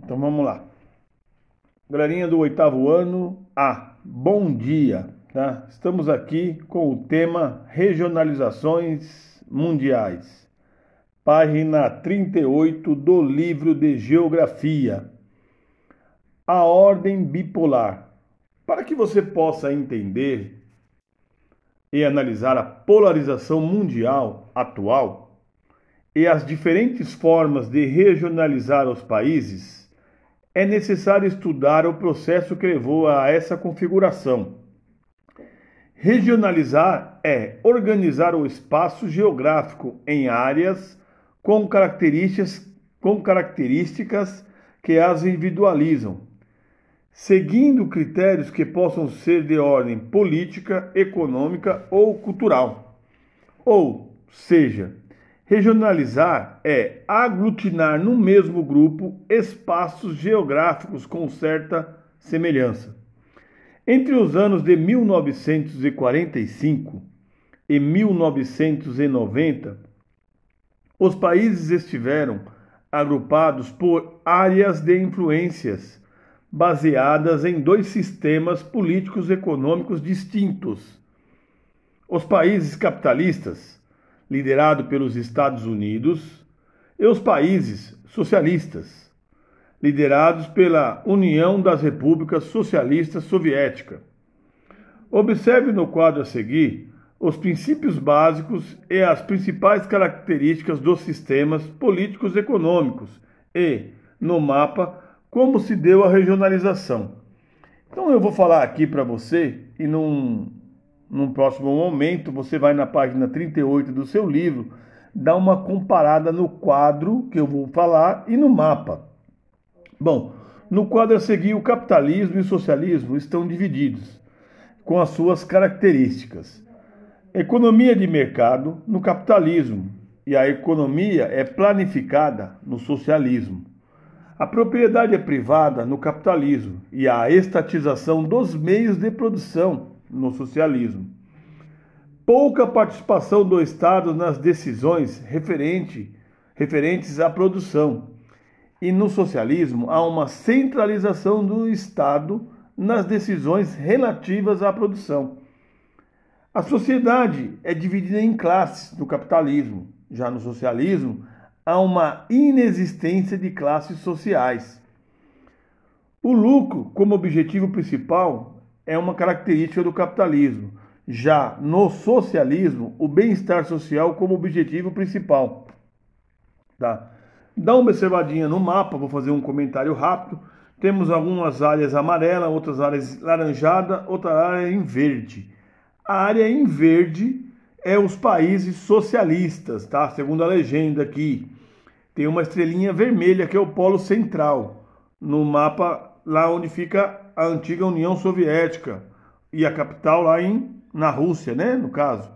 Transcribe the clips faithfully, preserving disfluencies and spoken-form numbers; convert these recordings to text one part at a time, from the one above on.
Então vamos lá. Galerinha do oitavo ano A, bom dia, tá? Estamos aqui com o tema Regionalizações Mundiais. Página trinta e oito do livro de Geografia. A ordem bipolar. Para que você possa entender e analisar a polarização mundial atual e as diferentes formas de regionalizar os países, é necessário estudar o processo que levou a essa configuração. Regionalizar é organizar o espaço geográfico em áreas com características, com características que as individualizam, seguindo critérios que possam ser de ordem política, econômica ou cultural. Ou seja, regionalizar é aglutinar no mesmo grupo espaços geográficos com certa semelhança. Entre os anos de mil novecentos e quarenta e cinco e mil novecentos e noventa, os países estiveram agrupados por áreas de influências baseadas em dois sistemas políticos e econômicos distintos. Os países capitalistas, liderado pelos Estados Unidos, e os países socialistas, liderados pela União das Repúblicas Socialistas Soviética. Observe no quadro a seguir os princípios básicos e as principais características dos sistemas políticos econômicos e, no mapa, como se deu a regionalização. Então eu vou falar aqui para você e num Num próximo momento, você vai na página trinta e oito do seu livro, dar uma comparada no quadro que eu vou falar e no mapa. Bom, no quadro a seguir, o capitalismo e o socialismo estão divididos, com as suas características. Economia de mercado no capitalismo e a economia é planificada no socialismo. A propriedade é privada no capitalismo e a estatização dos meios de produção no socialismo. Pouca participação do Estado nas decisões referente, referentes à produção. E no socialismo há uma centralização do Estado nas decisões relativas à produção. A sociedade é dividida em classes no capitalismo. Já no socialismo há uma inexistência de classes sociais. O lucro como objetivo principal é uma característica do capitalismo. Já no socialismo, o bem-estar social como objetivo principal. Tá? Dá uma observadinha no mapa, vou fazer um comentário rápido. Temos algumas áreas amarelas, outras áreas laranjada, outra área em verde. A área em verde é os países socialistas, tá? Segundo a legenda aqui. Tem uma estrelinha vermelha que é o polo central. No mapa lá onde fica a antiga União Soviética e a capital lá em, na Rússia, né, no caso.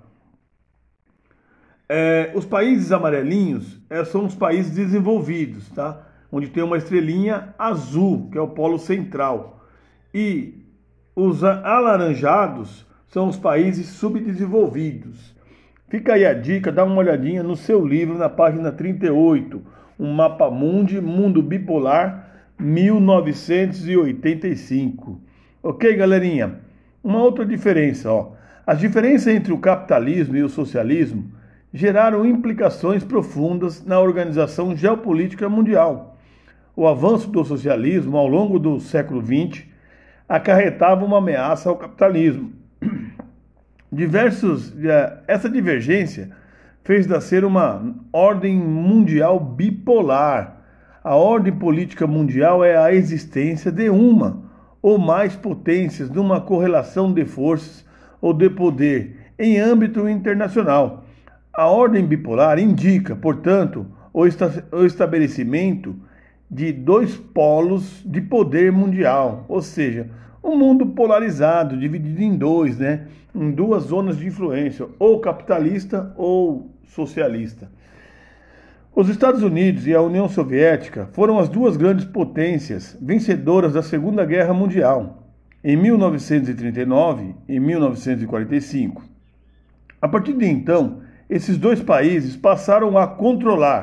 É, os países amarelinhos é, são os países desenvolvidos, tá? Onde tem uma estrelinha azul, que é o polo central. E os alaranjados são os países subdesenvolvidos. Fica aí a dica, dá uma olhadinha no seu livro, na página trinta e oito, um mapa mundi, mundo bipolar, mil novecentos e oitenta e cinco. Ok, galerinha? Uma outra diferença, ó. As diferenças entre o capitalismo e o socialismo geraram implicações profundas na organização geopolítica mundial. O avanço do socialismo ao longo do século vinte acarretava uma ameaça ao capitalismo. Diversos, essa divergência fez nascer uma ordem mundial bipolar. A ordem política mundial é a existência de uma ou mais potências numa correlação de forças ou de poder em âmbito internacional. A ordem bipolar indica, portanto, o, esta o estabelecimento de dois polos de poder mundial, ou seja, um mundo polarizado, dividido em dois, né, em duas zonas de influência, ou capitalista ou socialista. Os Estados Unidos e a União Soviética foram as duas grandes potências vencedoras da Segunda Guerra Mundial, em mil novecentos e trinta e nove e mil novecentos e quarenta e cinco. A partir de então, esses dois países passaram a controlar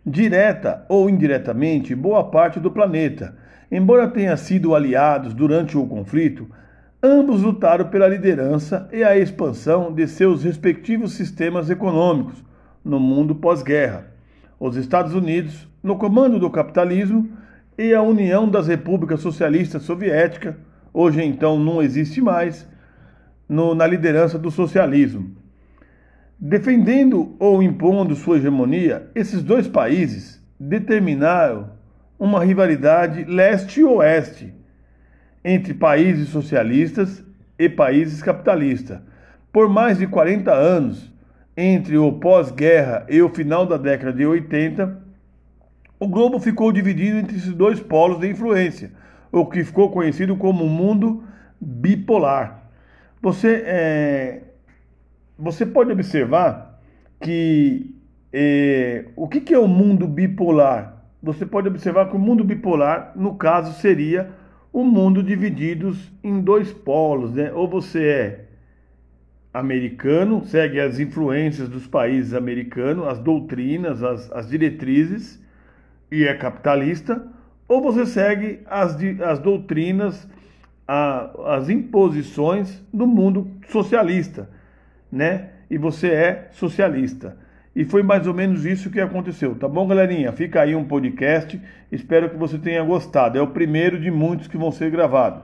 direta ou indiretamente, boa parte do planeta. Embora tenham sido aliados durante o conflito, ambos lutaram pela liderança e a expansão de seus respectivos sistemas econômicos no mundo pós-guerra. Os Estados Unidos, no comando do capitalismo, e a União das Repúblicas Socialistas Soviéticas, hoje então não existe mais, no, na liderança do socialismo. Defendendo ou impondo sua hegemonia, esses dois países determinaram uma rivalidade leste-oeste entre países socialistas e países capitalistas. Por mais de quarenta anos, entre o pós-guerra e o final da década de oitenta, o globo ficou dividido entre esses dois polos de influência, o que ficou conhecido como mundo bipolar. Você, é, você pode observar que é, o que, que é o mundo bipolar? Você pode observar que o mundo bipolar, no caso, seria o mundo dividido em dois polos, né? Ou você é americano, segue as influências dos países americanos, as doutrinas, as, as diretrizes, e é capitalista, ou você segue as, as doutrinas, a, as imposições do mundo socialista, né? E você é socialista. E foi mais ou menos isso que aconteceu, tá bom, galerinha? Fica aí um podcast, espero que você tenha gostado. É o primeiro de muitos que vão ser gravados.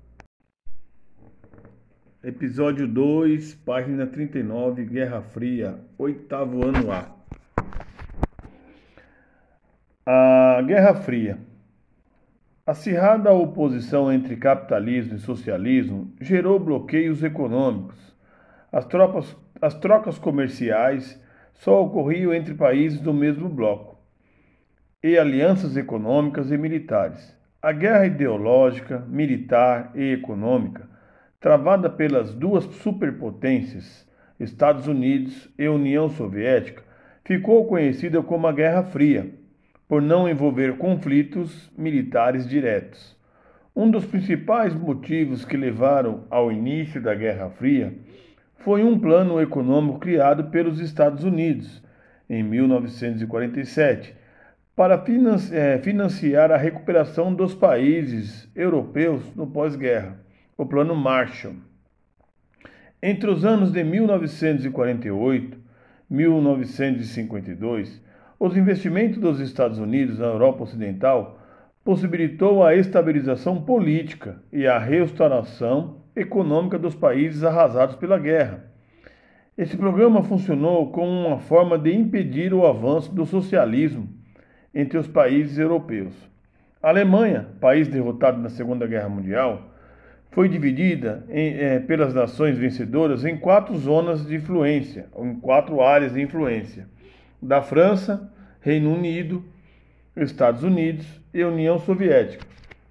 Episódio dois, página trinta e nove, Guerra Fria, oitavo ano A. A Guerra Fria. A acirrada oposição entre capitalismo e socialismo gerou bloqueios econômicos. As, tropas, as trocas comerciais só ocorriam entre países do mesmo bloco e alianças econômicas e militares. A guerra ideológica, militar e econômica, travada pelas duas superpotências, Estados Unidos e União Soviética, ficou conhecida como a Guerra Fria, por não envolver conflitos militares diretos. Um dos principais motivos que levaram ao início da Guerra Fria foi um plano econômico criado pelos Estados Unidos em mil novecentos e quarenta e sete para financiar a recuperação dos países europeus no pós-guerra, o Plano Marshall. Entre os anos de mil novecentos e quarenta e oito e mil novecentos e cinquenta e dois, os investimentos dos Estados Unidos na Europa Ocidental possibilitou a estabilização política e a restauração econômica dos países arrasados pela guerra. Esse programa funcionou como uma forma de impedir o avanço do socialismo entre os países europeus. A Alemanha, país derrotado na Segunda Guerra Mundial, foi dividida em, eh, pelas nações vencedoras em quatro zonas de influência, em quatro áreas de influência: da França, Reino Unido, Estados Unidos e União Soviética.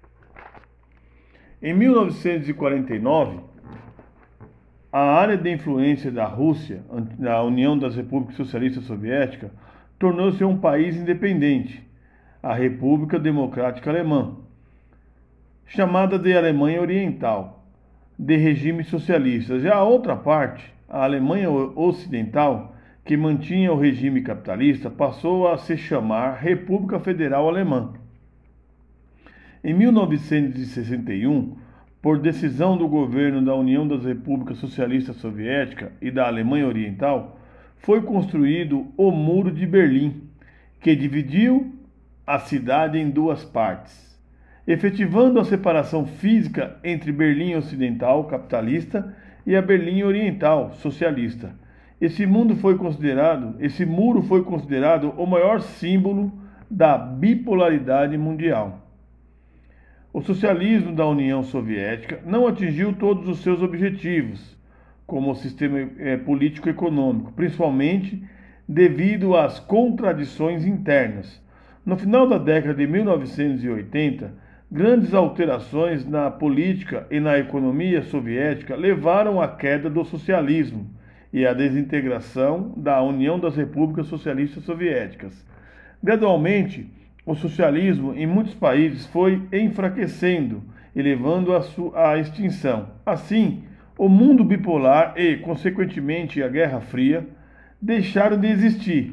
Em mil novecentos e quarenta e nove, a área de influência da Rússia, da União das Repúblicas Socialistas Soviéticas, tornou-se um país independente, a República Democrática Alemã, chamada de Alemanha Oriental, de regime socialista. Já a outra parte, a Alemanha Ocidental, que mantinha o regime capitalista, passou a se chamar República Federal Alemã. Em mil novecentos e sessenta e um, por decisão do governo da União das Repúblicas Socialistas Soviéticas e da Alemanha Oriental, foi construído o Muro de Berlim, que dividiu a cidade em duas partes, efetivando a separação física entre Berlim Ocidental, capitalista, e a Berlim Oriental, socialista. Esse mundo foi considerado, esse muro foi considerado o maior símbolo da bipolaridade mundial. O socialismo da União Soviética não atingiu todos os seus objetivos, como o sistema é, político-econômico, principalmente devido às contradições internas. No final da década de mil novecentos e oitenta, grandes alterações na política e na economia soviética levaram à queda do socialismo e à desintegração da União das Repúblicas Socialistas Soviéticas. Gradualmente, o socialismo em muitos países foi enfraquecendo e levando à sua à extinção. Assim, o mundo bipolar e, consequentemente, a Guerra Fria deixaram de existir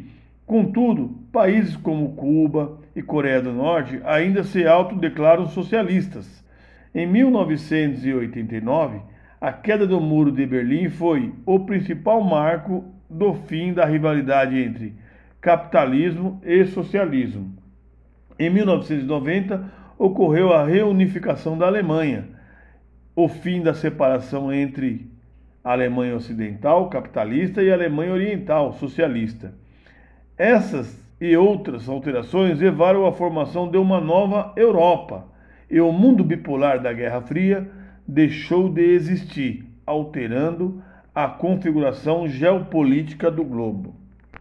Contudo, países como Cuba e Coreia do Norte ainda se autodeclaram socialistas. Em mil novecentos e oitenta e nove, a queda do Muro de Berlim foi o principal marco do fim da rivalidade entre capitalismo e socialismo. Em mil novecentos e noventa, ocorreu a reunificação da Alemanha, o fim da separação entre a Alemanha Ocidental, capitalista, e a Alemanha Oriental, socialista. Essas e outras alterações levaram à formação de uma nova Europa, e o mundo bipolar da Guerra Fria deixou de existir, alterando a configuração geopolítica do globo.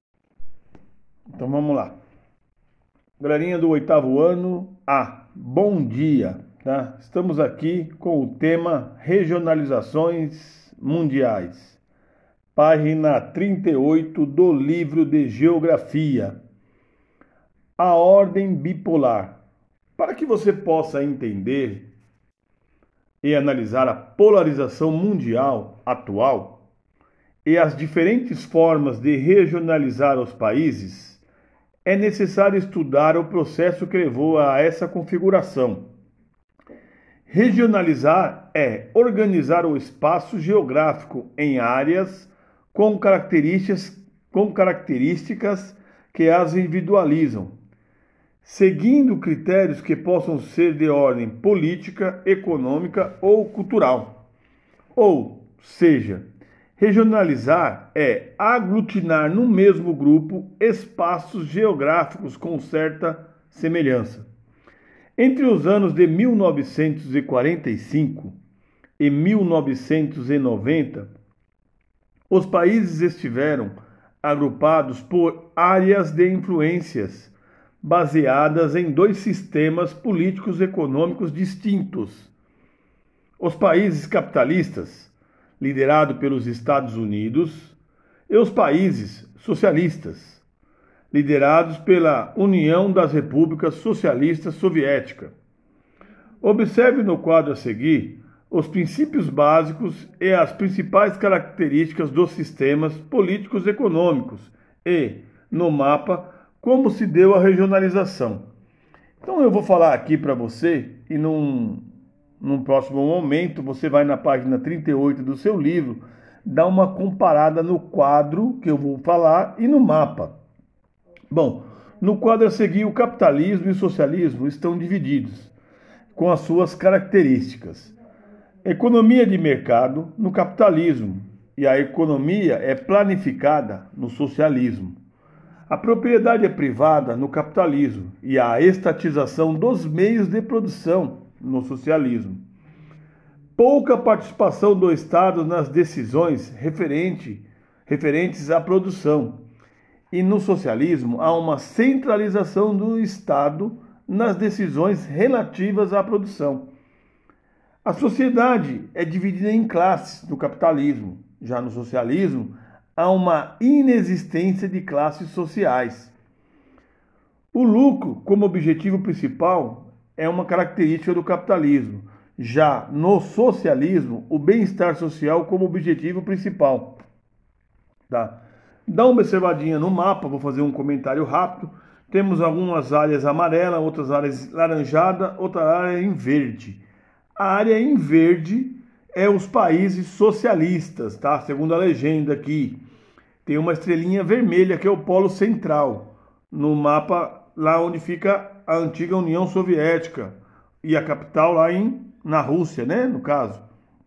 Então vamos lá. Galerinha do oitavo ano A, bom dia, tá? Estamos aqui com o tema Regionalizações Mundiais, página trinta e oito do livro de Geografia. A ordem bipolar. Para que você possa entender e analisar a polarização mundial atual e as diferentes formas de regionalizar os países, é necessário estudar o processo que levou a essa configuração. Regionalizar é organizar o espaço geográfico em áreas com características, com características que as individualizam, seguindo critérios que possam ser de ordem política, econômica ou cultural. Ou seja, regionalizar é aglutinar no mesmo grupo espaços geográficos com certa semelhança. Entre os anos de mil novecentos e quarenta e cinco e mil novecentos e noventa, os países estiveram agrupados por áreas de influências baseadas em dois sistemas políticos e econômicos distintos. Os países capitalistas, liderados pelos Estados Unidos, e os países socialistas, liderados pela União das Repúblicas Socialistas Soviéticas. Observe no quadro a seguir os princípios básicos e as principais características dos sistemas políticos econômicos e, no mapa, como se deu a regionalização. Então eu vou falar aqui para você e num, num próximo momento você vai na página trinta e oito do seu livro dar uma comparada no quadro que eu vou falar e no mapa. Bom, no quadro a seguir o capitalismo e o socialismo estão divididos com as suas características. Economia de mercado no capitalismo e a economia é planificada no socialismo. A propriedade é privada no capitalismo e a estatização dos meios de produção no socialismo. Pouca participação do Estado nas decisões referente, referentes à produção. E no socialismo há uma centralização do Estado nas decisões relativas à produção. A sociedade é dividida em classes no capitalismo. Já no socialismo, há uma inexistência de classes sociais. O lucro, como objetivo principal, é uma característica do capitalismo. Já no socialismo, o bem-estar social como objetivo principal. Tá? Dá uma observadinha no mapa, vou fazer um comentário rápido. Temos algumas áreas amarelas, outras áreas laranjada, outra área em verde. A área em verde é os países socialistas, tá? Segundo a legenda aqui. Tem uma estrelinha vermelha que é o polo central, no mapa lá onde fica a antiga União Soviética e a capital lá em, na Rússia, né? No caso.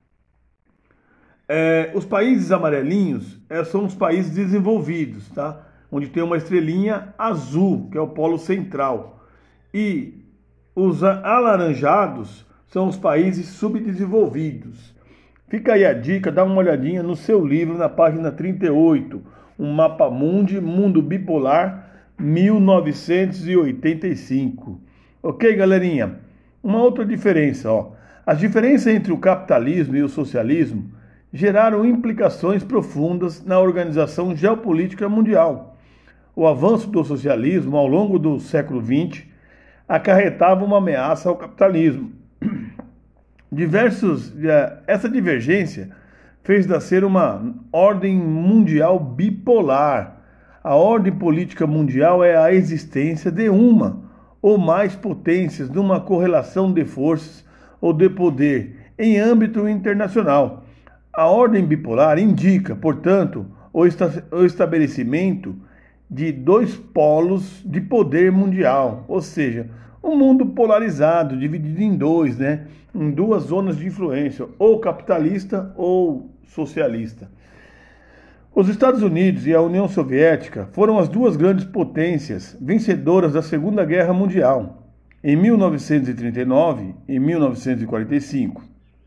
É, os países amarelinhos é, são os países desenvolvidos, tá? Onde tem uma estrelinha azul, que é o polo central. E os alaranjados são os países subdesenvolvidos. Fica aí a dica, dá uma olhadinha no seu livro, na página trinta e oito, um mapa mundi, mundo bipolar, mil novecentos e oitenta e cinco. Ok, galerinha? Uma outra diferença, ó. As diferenças entre o capitalismo e o socialismo geraram implicações profundas na organização geopolítica mundial. O avanço do socialismo ao longo do século vinte acarretava uma ameaça ao capitalismo. Diversos, essa divergência fez nascer uma ordem mundial bipolar, A ordem política mundial é a existência de uma ou mais potências numa correlação de forças ou de poder em âmbito internacional. A ordem bipolar indica, portanto, o, esta o estabelecimento de dois polos de poder mundial, ou seja, um mundo polarizado, dividido em dois, né, em duas zonas de influência, ou capitalista ou socialista. Os Estados Unidos e a União Soviética foram as duas grandes potências vencedoras da Segunda Guerra Mundial, em mil novecentos e trinta e nove e mil novecentos e quarenta e cinco.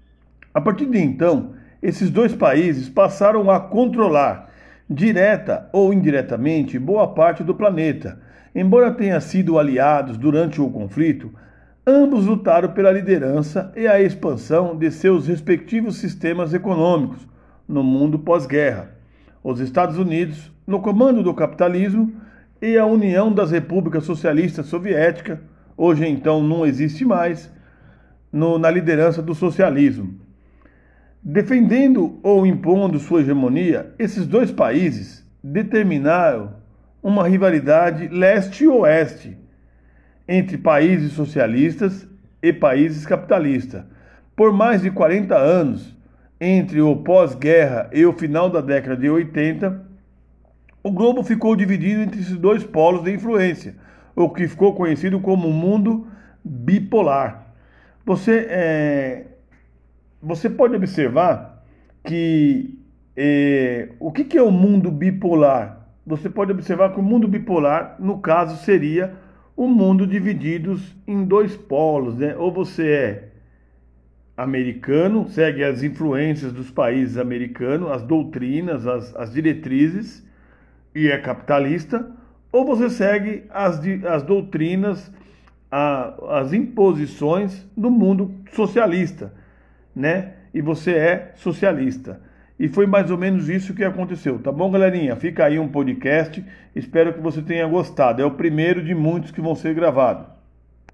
A partir de então, esses dois países passaram a controlar, direta ou indiretamente, boa parte do planeta. Embora tenham sido aliados durante o conflito, ambos lutaram pela liderança e a expansão de seus respectivos sistemas econômicos no mundo pós-guerra. Os Estados Unidos, no comando do capitalismo, e a União das Repúblicas Socialistas Soviéticas, hoje então não existe mais, no, na liderança do socialismo. Defendendo ou impondo sua hegemonia, esses dois países determinaram uma rivalidade leste-oeste entre países socialistas e países capitalistas. Por mais de quarenta anos, entre o pós-guerra e o final da década de oitenta, o globo ficou dividido entre esses dois polos de influência, o que ficou conhecido como mundo bipolar. Você, é, você pode observar que é, o que, que é o mundo bipolar? Você pode observar que o mundo bipolar, no caso, seria o mundo dividido em dois polos, né? Ou você é americano, segue as influências dos países americanos, as doutrinas, as, as diretrizes, e é capitalista, ou você segue as, as doutrinas, a, as imposições do mundo socialista, né? E você é socialista. E foi mais ou menos isso que aconteceu, tá bom, galerinha? Fica aí um podcast, espero que você tenha gostado. É o primeiro de muitos que vão ser gravados.